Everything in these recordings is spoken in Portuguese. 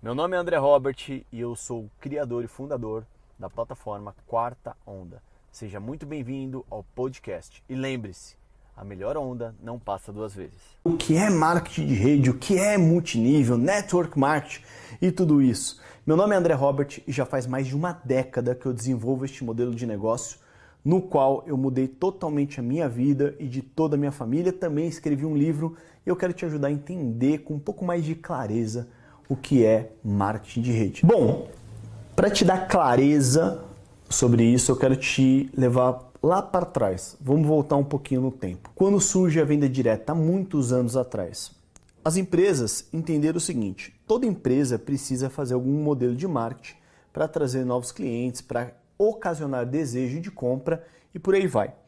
Meu nome é André Robert e eu sou o criador e fundador da plataforma Quarta Onda. Seja muito bem-vindo ao podcast. E lembre-se, a melhor onda não passa duas vezes. O que é marketing de rede, o que é multinível, network marketing e tudo isso. Meu nome é André Robert e já faz mais de uma década que eu desenvolvo este modelo de negócio no qual eu mudei totalmente a minha vida e de toda a minha família. Também escrevi um livro e eu quero te ajudar a entender com um pouco mais de clareza o que é marketing de rede. Bom, para te dar clareza sobre isso, eu quero te levar lá para trás. Vamos voltar um pouquinho no tempo. Quando surge a venda direta, há muitos anos atrás, as empresas entenderam o seguinte: toda empresa precisa fazer algum modelo de marketing para trazer novos clientes, para ocasionar desejo de compra e por aí vai.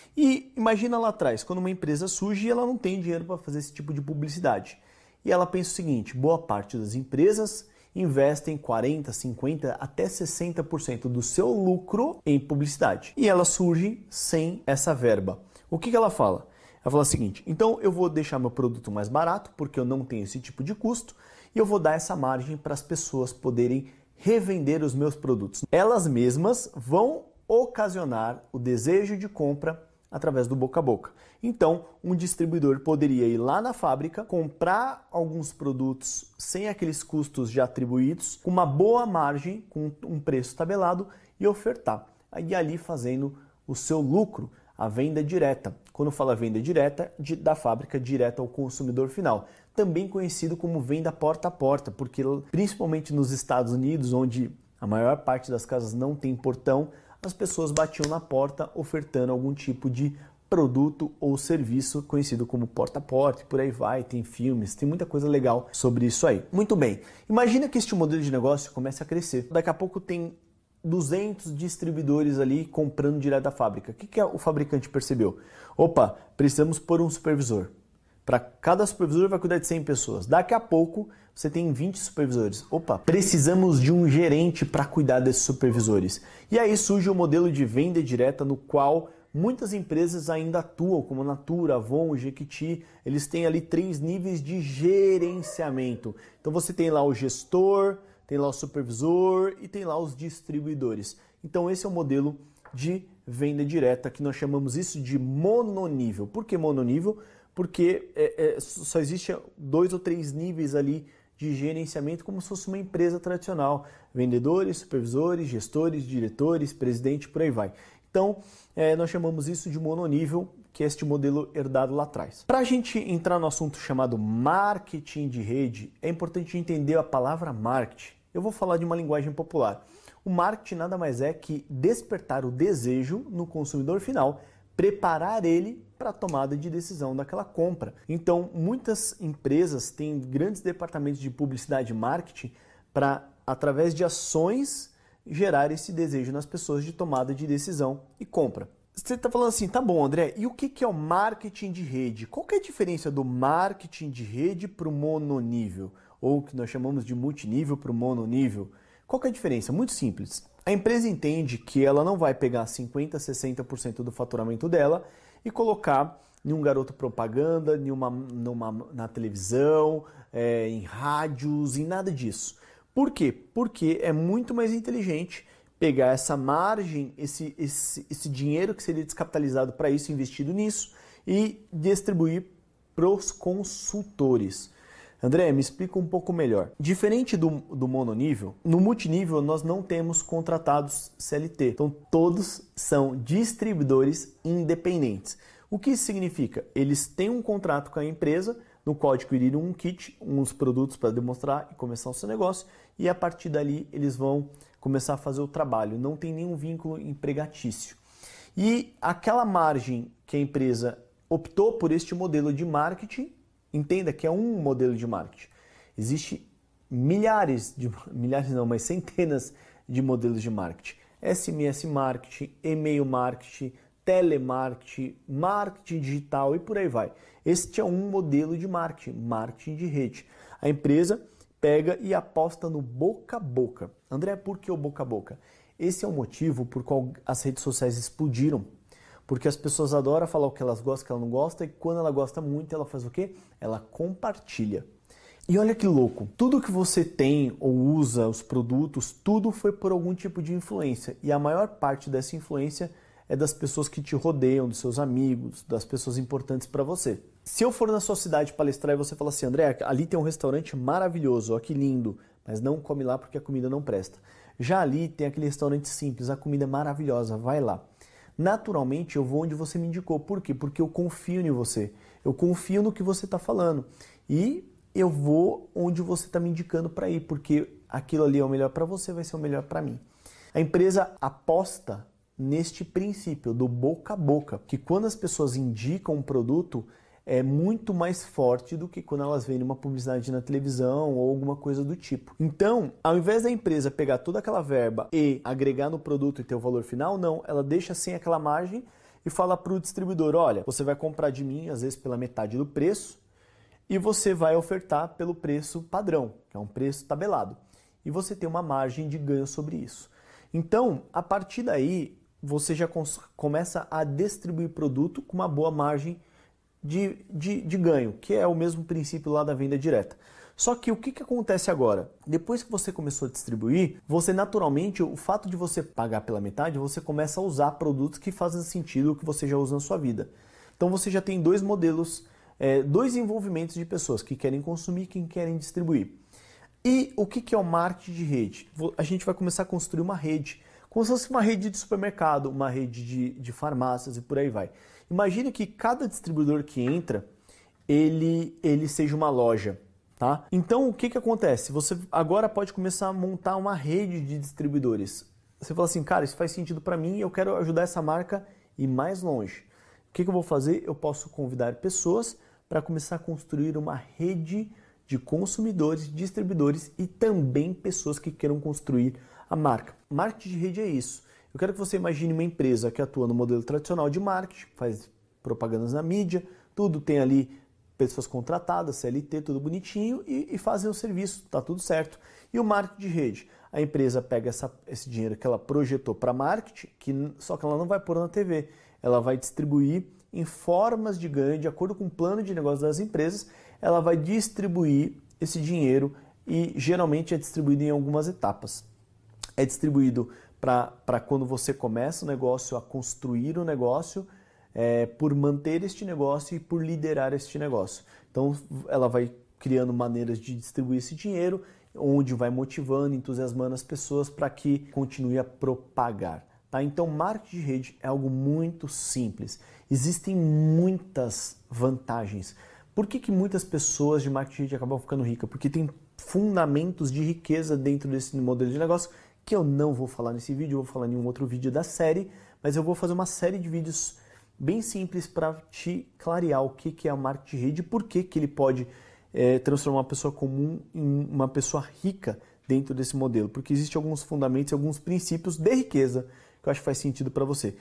E imagina lá atrás, quando uma empresa surge e ela não tem dinheiro para fazer esse tipo de publicidade. E ela pensa o seguinte: boa parte das empresas investem 40%, 50% até 60% do seu lucro em publicidade. E ela surge sem essa verba. O que ela fala? Ela fala o seguinte: então eu vou deixar meu produto mais barato, porque eu não tenho esse tipo de custo, e eu vou dar essa margem para as pessoas poderem revender os meus produtos. Elas mesmas vão ocasionar o desejo de compra através do boca a boca. Então, um distribuidor poderia ir lá na fábrica, comprar alguns produtos sem aqueles custos já atribuídos, com uma boa margem, com um preço tabelado e ofertar. E ali fazendo o seu lucro, a venda direta. Quando fala venda direta, da fábrica direta ao consumidor final. Também conhecido como venda porta a porta, porque principalmente nos Estados Unidos, onde a maior parte das casas não tem portão, as pessoas batiam na porta ofertando algum tipo de produto ou serviço conhecido como porta a porta, e por aí vai, tem filmes, tem muita coisa legal sobre isso aí. Muito bem, imagina que este modelo de negócio comece a crescer. Daqui a pouco tem 200 distribuidores ali comprando direto da fábrica. O que o fabricante percebeu? Opa, precisamos pôr um supervisor. Para cada supervisor vai cuidar de 100 pessoas. Daqui a pouco você tem 20 supervisores. Opa, precisamos de um gerente para cuidar desses supervisores. E aí surge o modelo de venda direta no qual muitas empresas ainda atuam, como Natura, Avon, Jequiti. Eles têm ali 3 níveis de gerenciamento. Então você tem lá o gestor, tem lá o supervisor e tem lá os distribuidores. Então esse é o modelo de venda direta, que nós chamamos isso de mononível. Por que mononível? Porque só existe 2 ou 3 níveis ali de gerenciamento, como se fosse uma empresa tradicional. Vendedores, supervisores, gestores, diretores, presidente, por aí vai. Então, nós chamamos isso de mononível, que é este modelo herdado lá atrás. Para a gente entrar no assunto chamado marketing de rede, é importante entender a palavra marketing. Eu vou falar de uma linguagem popular. O marketing nada mais é que despertar o desejo no consumidor final, preparar ele para a tomada de decisão daquela compra. Então, muitas empresas têm grandes departamentos de publicidade e marketing para, através de ações, gerar esse desejo nas pessoas de tomada de decisão e compra. Você está falando assim, tá bom, André, e o que é o marketing de rede? Qual que é a diferença do marketing de rede para o mononível? Ou o que nós chamamos de multinível para o mononível? Qual que é a diferença? Muito simples. A empresa entende que ela não vai pegar 50%, 60% do faturamento dela e colocar em um garoto propaganda, na televisão, em rádios, em nada disso. Por quê? Porque é muito mais inteligente pegar essa margem, esse dinheiro que seria descapitalizado para isso, investido nisso, e distribuir para os consultores. André, me explica um pouco melhor. Diferente do mononível, no multinível nós não temos contratados CLT. Então todos são distribuidores independentes. O que isso significa? Eles têm um contrato com a empresa, no qual adquiriram um kit, uns produtos para demonstrar e começar o seu negócio, e a partir dali eles vão começar a fazer o trabalho. Não tem nenhum vínculo empregatício. E aquela margem que a empresa optou por este modelo de marketing, entenda que é um modelo de marketing. Existe centenas de modelos de marketing. SMS marketing, e-mail marketing, telemarketing, marketing digital e por aí vai. Este é um modelo de marketing, marketing de rede. A empresa pega e aposta no boca a boca. André, por que o boca a boca? Esse é o motivo por qual as redes sociais explodiram. Porque as pessoas adoram falar o que elas gostam, o que ela não gosta, e quando ela gosta muito, ela faz o quê? Ela compartilha. E olha que louco, tudo que você tem ou usa, os produtos, tudo foi por algum tipo de influência. E a maior parte dessa influência é das pessoas que te rodeiam, dos seus amigos, das pessoas importantes para você. Se eu for na sua cidade palestrar e você falar assim, André, ali tem um restaurante maravilhoso, ó que lindo, mas não come lá porque a comida não presta. Já ali tem aquele restaurante simples, a comida é maravilhosa, vai lá. Naturalmente eu vou onde você me indicou. Por quê? Porque eu confio em você. Eu confio no que você está falando. E eu vou onde você está me indicando para ir, porque aquilo ali é o melhor para você, vai ser o melhor para mim. A empresa aposta neste princípio do boca a boca, que quando as pessoas indicam um produto, é muito mais forte do que quando elas veem uma publicidade na televisão ou alguma coisa do tipo. Então, ao invés da empresa pegar toda aquela verba e agregar no produto e ter o valor final, não, ela deixa sem aquela margem e fala para o distribuidor, olha, você vai comprar de mim, às vezes pela metade do preço, e você vai ofertar pelo preço padrão, que é um preço tabelado. E você tem uma margem de ganho sobre isso. Então, a partir daí, você já começa a distribuir produto com uma boa margem de ganho, que é o mesmo princípio lá da venda direta. Só que o que acontece agora? Depois que você começou a distribuir, você naturalmente, o fato de você pagar pela metade, você começa a usar produtos que fazem sentido, que você já usa na sua vida. Então você já tem dois modelos, dois envolvimentos de pessoas que querem consumir e que querem distribuir. E o que é o marketing de rede? A gente vai começar a construir uma rede, como se fosse uma rede de supermercado, uma rede de farmácias e por aí vai. Imagina que cada distribuidor que entra, ele seja uma loja, tá? Então o que acontece? Você agora pode começar a montar uma rede de distribuidores. Você fala assim, cara, isso faz sentido para mim, eu quero ajudar essa marca a ir mais longe. O que eu vou fazer? Eu posso convidar pessoas para começar a construir uma rede de consumidores, distribuidores e também pessoas que queiram construir a marca. Marketing de rede é isso. Eu quero que você imagine uma empresa que atua no modelo tradicional de marketing, faz propagandas na mídia, tudo tem ali pessoas contratadas, CLT, tudo bonitinho e fazem o serviço, tá tudo certo. E o marketing de rede? A empresa pega esse dinheiro que ela projetou para marketing, só que ela não vai pôr na TV, ela vai distribuir em formas de ganho, de acordo com o plano de negócio das empresas, ela vai distribuir esse dinheiro e geralmente é distribuído em algumas etapas. É distribuído para quando você começa o negócio, a construir o negócio, por manter este negócio e por liderar este negócio. Então ela vai criando maneiras de distribuir esse dinheiro, onde vai motivando, entusiasmando as pessoas para que continue a propagar. Tá? Então marketing de rede é algo muito simples. Existem muitas vantagens. Por que muitas pessoas de marketing de rede acabam ficando ricas? Porque tem fundamentos de riqueza dentro desse modelo de negócio que eu não vou falar nesse vídeo, eu vou falar em um outro vídeo da série, mas eu vou fazer uma série de vídeos bem simples para te clarear o que é o marketing de rede e por que ele pode transformar uma pessoa comum em uma pessoa rica dentro desse modelo. Porque existem alguns fundamentos, alguns princípios de riqueza que eu acho que faz sentido para você.